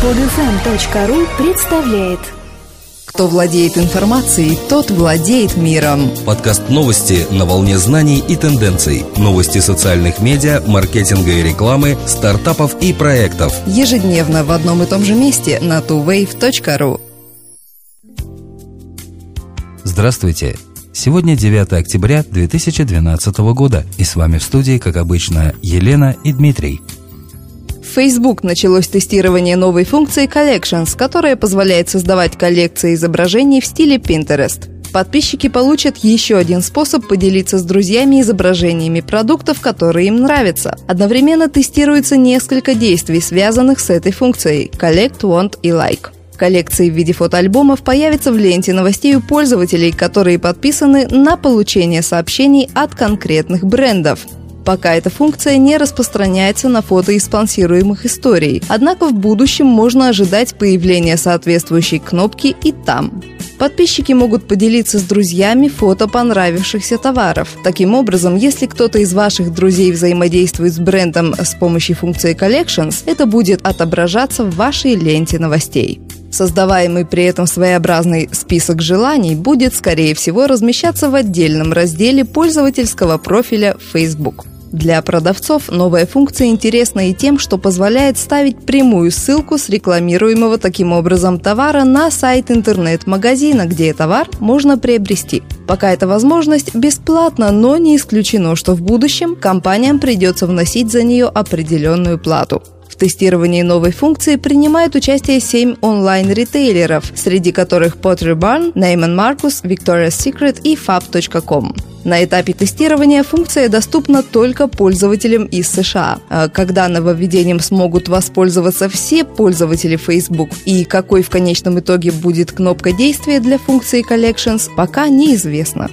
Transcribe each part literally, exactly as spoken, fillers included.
под эф эм точка ру представляет. Кто владеет информацией, тот владеет миром. Подкаст новости на волне знаний и тенденций. Новости социальных медиа, маркетинга и рекламы, стартапов и проектов. Ежедневно в одном и том же месте на ту вейв точка ру. Здравствуйте! Сегодня девятое октября две тысячи двенадцатого года, и с вами в студии, как обычно, Елена и Дмитрий. В Facebook началось тестирование новой функции Collections, которая позволяет создавать коллекции изображений в стиле Pinterest. Подписчики получат еще один способ поделиться с друзьями изображениями продуктов, которые им нравятся. Одновременно тестируется несколько действий, связанных с этой функцией – Collect, Want и Like. Коллекции в виде фотоальбомов появятся в ленте новостей у пользователей, которые подписаны на получение сообщений от конкретных брендов. Пока эта функция не распространяется на фото из спонсируемых историй, однако в будущем можно ожидать появления соответствующей кнопки и там. Подписчики могут поделиться с друзьями фото понравившихся товаров. Таким образом, если кто-то из ваших друзей взаимодействует с брендом с помощью функции Collections, это будет отображаться в вашей ленте новостей. Создаваемый при этом своеобразный список желаний будет, скорее всего, размещаться в отдельном разделе пользовательского профиля Facebook. Для продавцов новая функция интересна и тем, что позволяет ставить прямую ссылку с рекламируемого таким образом товара на сайт интернет-магазина, где товар можно приобрести. Пока эта возможность бесплатна, но не исключено, что в будущем компаниям придется вносить за нее определенную плату. В тестировании новой функции принимают участие семь онлайн-ритейлеров, среди которых Pottery Barn, Neiman Marcus, Victoria's Secret и фаб точка ком. На этапе тестирования функция доступна только пользователям из США. Когда нововведением смогут воспользоваться все пользователи Facebook и какой в конечном итоге будет кнопка действия для функции Collections, пока неизвестно.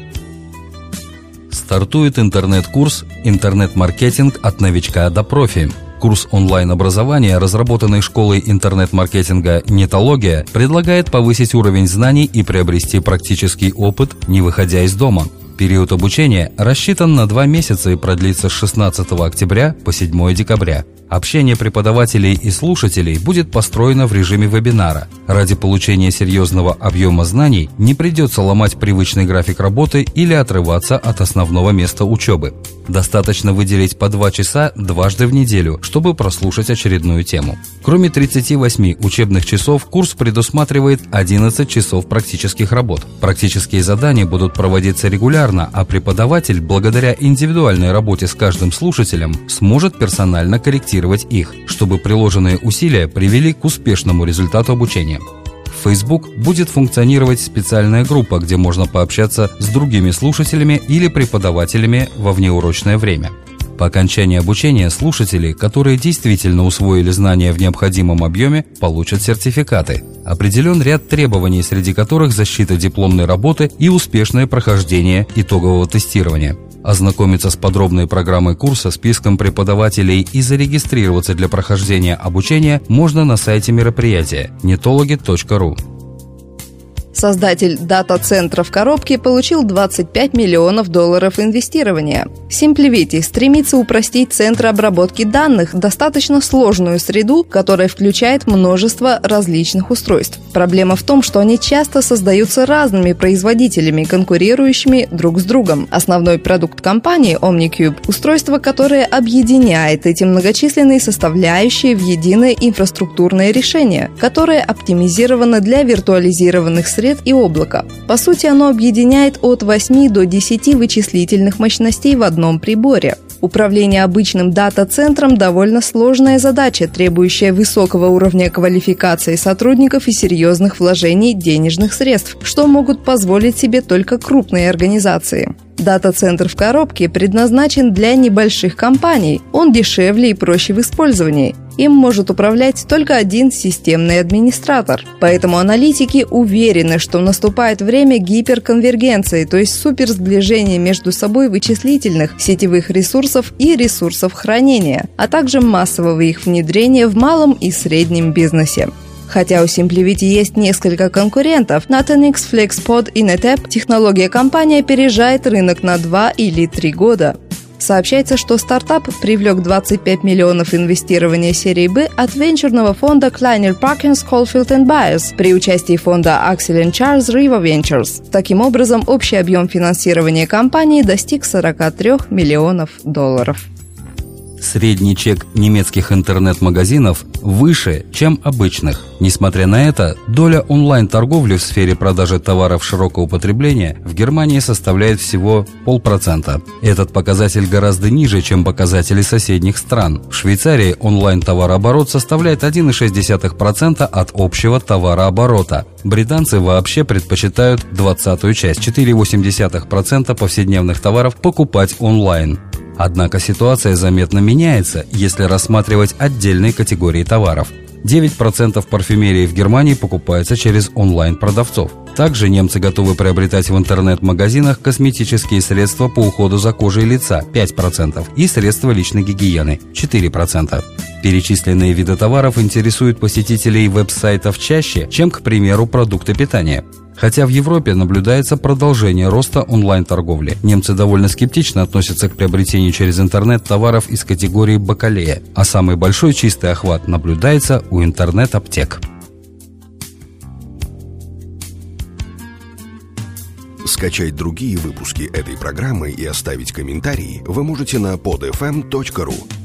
Стартует интернет-курс «Интернет-маркетинг от новичка до профи». Курс онлайн-образования, разработанный школой интернет-маркетинга «Нетология», предлагает повысить уровень знаний и приобрести практический опыт, не выходя из дома. Период обучения рассчитан на два месяца и продлится с шестнадцатого октября по седьмое декабря. Общение преподавателей и слушателей будет построено в режиме вебинара. Ради получения серьезного объема знаний не придется ломать привычный график работы или отрываться от основного места учебы. Достаточно выделить по два часа дважды в неделю, чтобы прослушать очередную тему. Кроме тридцати восьми учебных часов, курс предусматривает одиннадцать часов практических работ. Практические задания будут проводиться регулярно, а преподаватель, благодаря индивидуальной работе с каждым слушателем, сможет персонально корректировать их, чтобы приложенные усилия привели к успешному результату обучения. В Facebook будет функционировать специальная группа, где можно пообщаться с другими слушателями или преподавателями во внеурочное время. По окончании обучения слушатели, которые действительно усвоили знания в необходимом объеме, получат сертификаты. Определен ряд требований, среди которых защита дипломной работы и успешное прохождение итогового тестирования. Ознакомиться с подробной программой курса, списком преподавателей и зарегистрироваться для прохождения обучения можно на сайте мероприятия нетологи точка ру. Создатель дата-центра в коробке получил двадцать пять миллионов долларов инвестирования. SimplyVity стремится упростить центр обработки данных, достаточно сложную среду, которая включает множество различных устройств. Проблема в том, что они часто создаются разными производителями, конкурирующими друг с другом. Основной продукт компании OmniCube – устройство, которое объединяет эти многочисленные составляющие в единое инфраструктурное решение, которое оптимизировано для виртуализированных сред и облака. По сути, оно объединяет от восьми до десяти вычислительных мощностей в одном приборе. Управление обычным дата-центром – довольно сложная задача, требующая высокого уровня квалификации сотрудников и серьезных вложений денежных средств, что могут позволить себе только крупные организации. Дата-центр в коробке предназначен для небольших компаний, он дешевле и проще в использовании. Им может управлять только один системный администратор. Поэтому аналитики уверены, что наступает время гиперконвергенции, то есть суперсближения между собой вычислительных, сетевых ресурсов и ресурсов хранения, а также массового их внедрения в малом и среднем бизнесе. Хотя у SimplyVity есть несколько конкурентов, Nutanix, FlexPod и NetApp, технология компании опережает рынок на два или три года. Сообщается, что стартап привлек двадцать пять миллионов инвестирования серии Б от венчурного фонда Kleiner Perkins Caufield энд Byers при участии фонда Axel энд Charles River Ventures. Таким образом, общий объем финансирования компании достиг сорок три миллионов долларов. Средний чек немецких интернет-магазинов выше, чем обычных. Несмотря на это, доля онлайн-торговли в сфере продажи товаров широкого потребления в Германии составляет всего полпроцента. Этот показатель гораздо ниже, чем показатели соседних стран. В Швейцарии онлайн-товарооборот составляет один целых шесть десятых процента от общего товарооборота. Британцы вообще предпочитают двадцатую часть, четыре целых восемь десятых процента повседневных товаров покупать онлайн. Однако ситуация заметно меняется, если рассматривать отдельные категории товаров. девять процентов парфюмерии в Германии покупается через онлайн-продавцов. Также немцы готовы приобретать в интернет-магазинах косметические средства по уходу за кожей лица пять процентов и средства личной гигиены четыре процента. Перечисленные виды товаров интересуют посетителей веб-сайтов чаще, чем, к примеру, продукты питания. Хотя в Европе наблюдается продолжение роста онлайн-торговли. Немцы довольно скептично относятся к приобретению через интернет товаров из категории бакалея, а самый большой чистый охват наблюдается у интернет-аптек. Скачать другие выпуски этой программы и оставить комментарии вы можете на под эф эм точка ру.